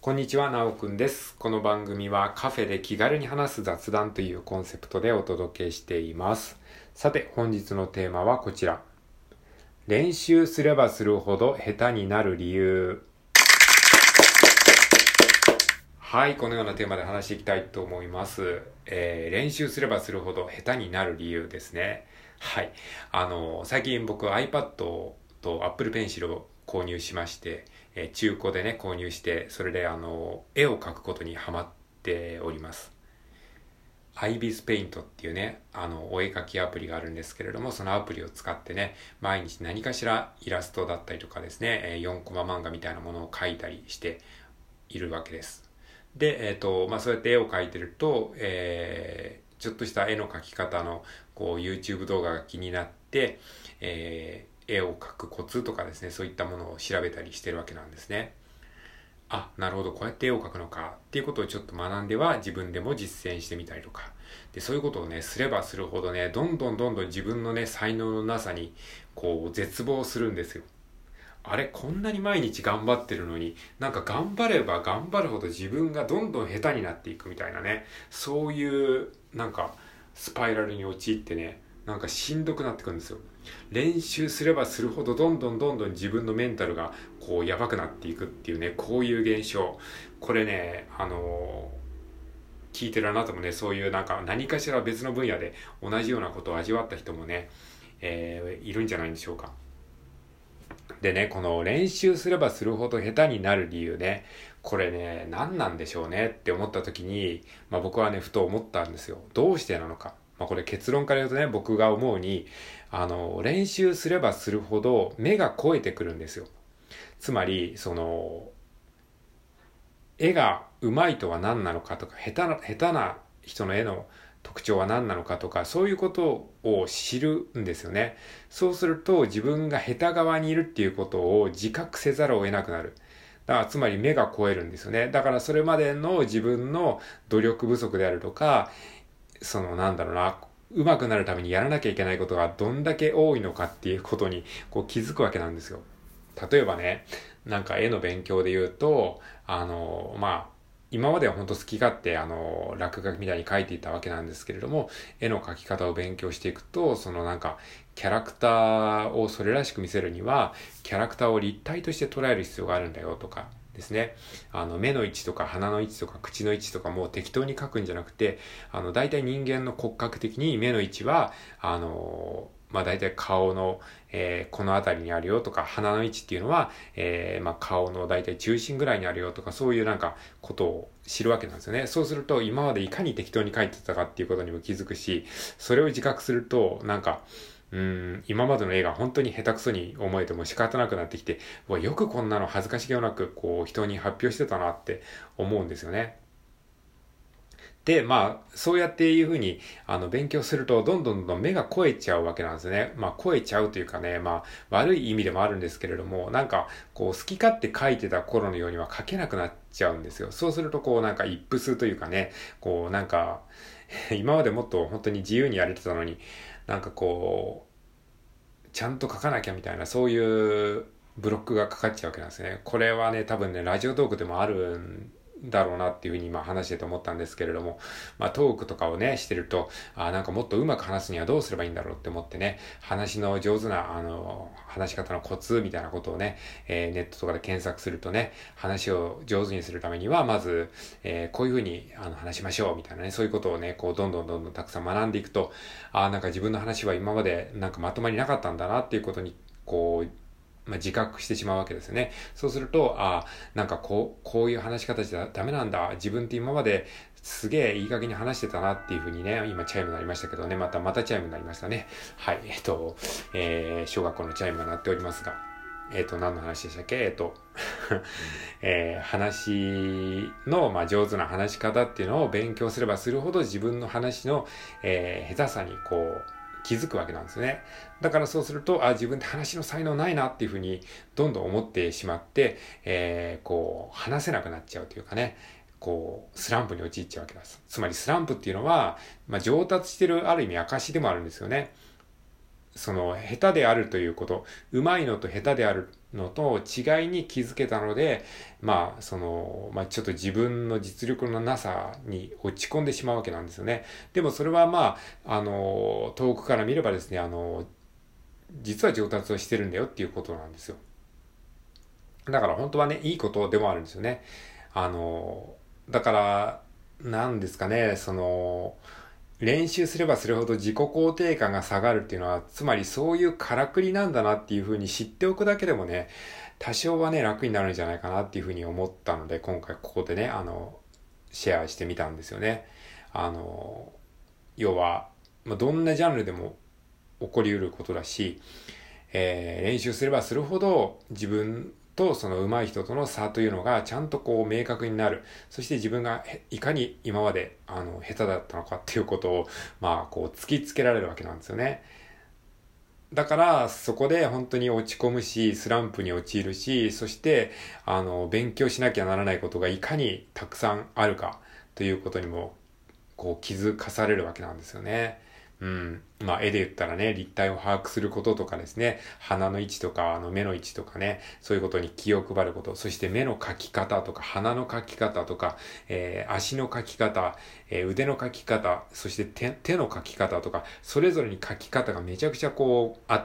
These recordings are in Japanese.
こんにちは、なおくんです。この番組はカフェで気軽に話す雑談というコンセプトでお届けしています。さて、本日のテーマはこちら。練習すればするほど下手になる理由。はい、このようなテーマで話していきたいと思います。練習すればするほど下手になる理由ですね。はい。最近僕 iPad と Apple Pencil を購入しまして、中古でね購入して、それで絵を描くことにハマっております。アイビスペイントっていうねお絵描きアプリがあるんですけれども、そのアプリを使ってね毎日何かしらイラストだったりとかですね、4コマ漫画みたいなものを描いたりしているわけです。でそうやって絵を描いてると、ちょっとした絵の描き方のYouTube 動画が気になって、絵を描くコツとかですね、そういったものを調べたりしてるわけなんですね。あ、なるほど、こうやって絵を描くのかっていうことをちょっと学んでは自分でも実践してみたりとか。で、そういうことをね、すればするほどね、どんどん自分のね、才能のなさに絶望するんですよ。あれ、こんなに毎日頑張ってるのに、なんか頑張れば頑張るほど自分がどんどん下手になっていくみたいなね、そういうなんかスパイラルに陥ってね、なんかしんどくなってくるんですよ。練習すればするほどどんどん自分のメンタルがやばくなっていくっていうね、こういう現象。これね、聞いてるあなたもね、そういうなんか何かしら別の分野で同じようなことを味わった人もね、いるんじゃないんでしょうか。でね、この練習すればするほど下手になる理由ね、これね、何なんでしょうねって思った時に、僕はね、ふと思ったんですよ。どうしてなのか。これ結論から言うとね、僕が思うに、練習すればするほど目が肥えてくるんですよ。つまり、絵が上手いとは何なのかとか、下手な人の絵の特徴は何なのかとか、そういうことを知るんですよね。そうすると自分が下手側にいるっていうことを自覚せざるを得なくなる。だからつまり目が肥えるんですよね。だからそれまでの自分の努力不足であるとか、上手くなるためにやらなきゃいけないことがどんだけ多いのかっていうことに気づくわけなんですよ。例えばね、なんか絵の勉強で言うと、今までは本当好き勝手落書きみたいに描いていたわけなんですけれども、絵の描き方を勉強していくと、キャラクターをそれらしく見せるには、キャラクターを立体として捉える必要があるんだよとかですね。目の位置とか鼻の位置とか口の位置とかも適当に描くんじゃなくて、大体人間の骨格的に目の位置は、大体顔の、この辺りにあるよとか、鼻の位置っていうのは、顔の大体中心ぐらいにあるよとか、そういうことを知るわけなんですよね。そうすると、今までいかに適当に書いてたかっていうことにも気づくし、それを自覚すると、今までの絵が本当に下手くそに思えても仕方なくなってきて、よくこんなの恥ずかしげもなく、人に発表してたなって思うんですよね。で、そうやっていうふうに、勉強すると、どんどん目が肥えちゃうわけなんですね。肥えちゃうというかね、悪い意味でもあるんですけれども、好き勝手書いてた頃のようには書けなくなっちゃうんですよ。そうすると、一筆というかね、今までもっと本当に自由にやれてたのに、ちゃんと書かなきゃみたいな、そういうブロックがかかっちゃうわけなんですね。これはね、多分ね、ラジオトークでもあるんだろうなっていうふうに今話してて思ったんですけれども、トークとかをねしてると、もっとうまく話すにはどうすればいいんだろうって思ってね、話の上手な話し方のコツみたいなことをね、ネットとかで検索するとね、話を上手にするためにはまず、こういうふうに話しましょうみたいなね、そういうことをねどんどんたくさん学んでいくと、自分の話は今までまとまりなかったんだなっていうことに自覚してしまうわけですよね。そうすると、こういう話し方じゃダメなんだ。自分って今まですげえいい加減に話してたなっていうふうにね、今チャイムになりましたけどね、またチャイムになりましたね。はい、小学校のチャイムが鳴っておりますが、何の話でしたっけ話の、上手な話し方っていうのを勉強すればするほど自分の話の、下手さに気づくわけなんですね。だからそうすると、自分って話の才能ないなっていうふうにどんどん思ってしまって、話せなくなっちゃうというかね、スランプに陥っちゃうわけです。つまりスランプっていうのは、上達してるある意味証でもあるんですよね。 その下手であるということ、上手いのと下手であるのと違いに気づけたので、ちょっと自分の実力のなさに落ち込んでしまうわけなんですよね。でもそれは遠くから見ればですね、実は上達をしてるんだよっていうことなんですよ。だから本当はね、いいことでもあるんですよね。だから、なんですかね、練習すればするほど自己肯定感が下がるっていうのは、つまりそういうからくりなんだなっていうふうに知っておくだけでもね、多少はね、楽になるんじゃないかなっていうふうに思ったので、今回ここでね、シェアしてみたんですよね。要は、どんなジャンルでも起こりうることだし、練習すればするほど自分とその上手い人との差というのがちゃんとこう明確になる。そして自分がいかに今まで下手だったのかっていうことをこう突きつけられるわけなんですよね。だからそこで本当に落ち込むし、スランプに陥るし、そして勉強しなきゃならないことがいかにたくさんあるかということにもこう気づかされるわけなんですよね。絵で言ったらね、立体を把握することとかですね、鼻の位置とか、目の位置とかね、そういうことに気を配ること、そして目の描き方とか、鼻の描き方とか、足の描き方、腕の描き方、そして手の描き方とか、それぞれに描き方がめちゃくちゃこうあって、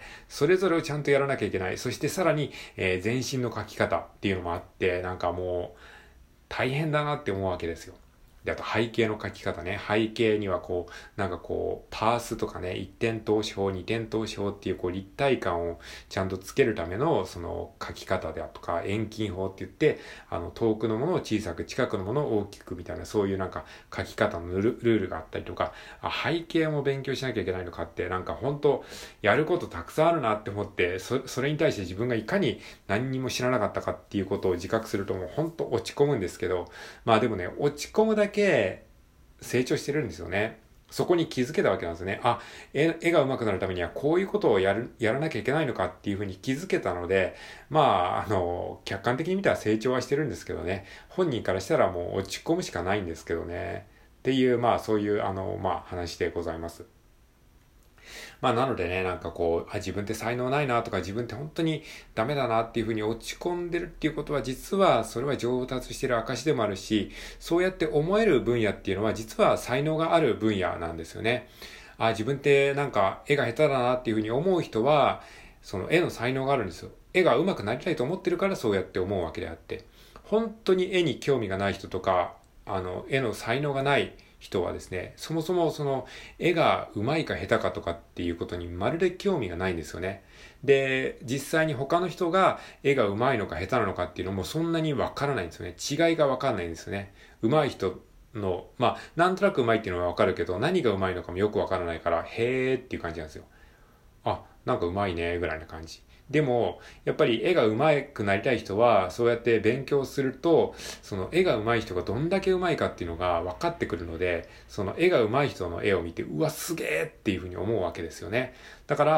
それぞれをちゃんとやらなきゃいけない。そしてさらに、全身の描き方っていうのもあって、なんかもう、大変だなって思うわけですよ。で、あと背景の書き方ね。背景にはパースとかね、一点透視法、二点透視法っていう立体感をちゃんとつけるためのその書き方であるとか、遠近法って言って、遠くのものを小さく、近くのものを大きくみたいな、そういう書き方のルールがあったりとか、背景も勉強しなきゃいけないのかって、本当やることたくさんあるなって思って、それに対して自分がいかに何にも知らなかったかっていうことを自覚するともう本当落ち込むんですけど、でもね、落ち込むだけ成長してるんですよね。そこに気づけたわけなんですね。絵が上手くなるためにはこういうことをやらなきゃいけないのかっていうふうに気づけたので、客観的に見たら成長はしてるんですけどね。本人からしたらもう落ち込むしかないんですけどね。っていう、そういう、話でございます。なのでね、自分って才能ないなとか、自分って本当にダメだなっていうふうに落ち込んでるっていうことは、実はそれは上達してる証でもあるし、そうやって思える分野っていうのは、実は才能がある分野なんですよね。自分って絵が下手だなっていうふうに思う人は、その絵の才能があるんですよ。絵が上手くなりたいと思ってるからそうやって思うわけであって、本当に絵に興味がない人とか、絵の才能がない人はですね、そもそもその絵が上手いか下手かとかっていうことにまるで興味がないんですよね。で、実際に他の人が絵が上手いのか下手なのかっていうのもそんなにわからないんですよね。違いがわかんないんですよね。上手い人の、なんとなく上手いっていうのはわかるけど、何が上手いのかもよくわからないから、へーっていう感じなんですよ。なんか上手いね、ぐらいな感じ。でも、やっぱり絵が上手くなりたい人は、そうやって勉強すると、その絵が上手い人がどんだけ上手いかっていうのが分かってくるので、その絵が上手い人の絵を見て、うわ、すげーっていうふうに思うわけですよね。だから、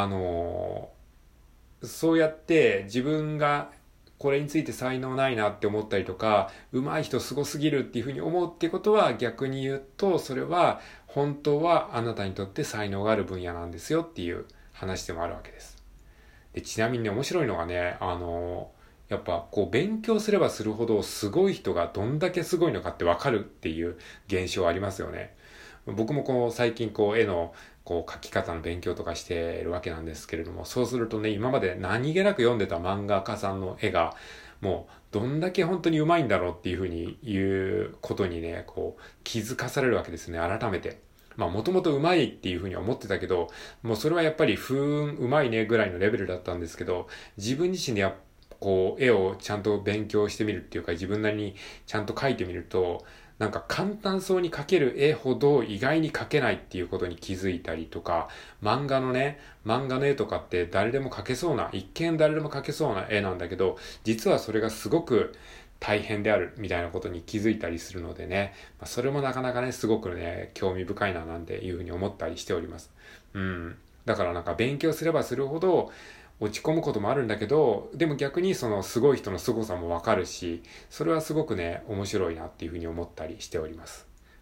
そうやって自分がこれについて才能ないなって思ったりとか、上手い人すごすぎるっていうふうに思うってことは、逆に言うと、それは本当はあなたにとって才能がある分野なんですよっていう話でもあるわけです。で、ちなみにね、面白いのがね、やっぱ勉強すればするほどすごい人がどんだけすごいのかってわかるっていう現象ありますよね。僕も最近絵の描き方の勉強とかしているわけなんですけれども、そうするとね、今まで何気なく読んでた漫画家さんの絵がもうどんだけ本当に上手いんだろうっていうふうに言うことにね、気づかされるわけですね、改めて。もともと上手いっていうふうには思ってたけど、もうそれはやっぱり上手いねぐらいのレベルだったんですけど、自分自身で絵をちゃんと勉強してみるっていうか、自分なりにちゃんと描いてみると、簡単そうに描ける絵ほど意外に描けないっていうことに気づいたりとか、漫画の絵とかって誰でも描けそうな、一見誰でも描けそうな絵なんだけど、実はそれがすごく大変であるみたいなことに気づいたりするのでね、それもなかなかね、すごくね、興味深いななんていうふうに思ったりしております。だから勉強すればするほど落ち込むこともあるんだけど、でも逆にそのすごい人の凄さもわかるし、それはすごくね、面白いなっていうふうに思ったりしております。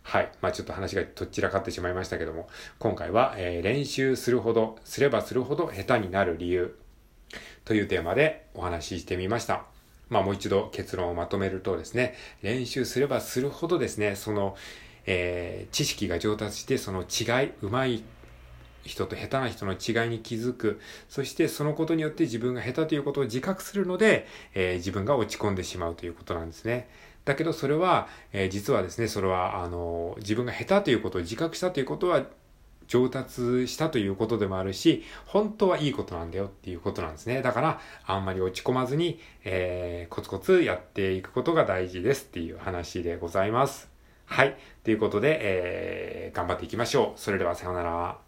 はい。ちょっと話がとっちらかってしまいましたけども、今回は、練習すればするほど下手になる理由というテーマでお話ししてみました。もう一度結論をまとめるとですね、練習すればするほどですね、知識が上達して、その違い、上手い人と下手な人の違いに気づく。そしてそのことによって自分が下手ということを自覚するので、自分が落ち込んでしまうということなんですね。だけどそれは、実はですね、それは、自分が下手ということを自覚したということは、上達したということでもあるし、本当はいいことなんだよっていうことなんですね。だから、あんまり落ち込まずに、コツコツやっていくことが大事ですっていう話でございます。はい。ということで、頑張っていきましょう。それではさようなら。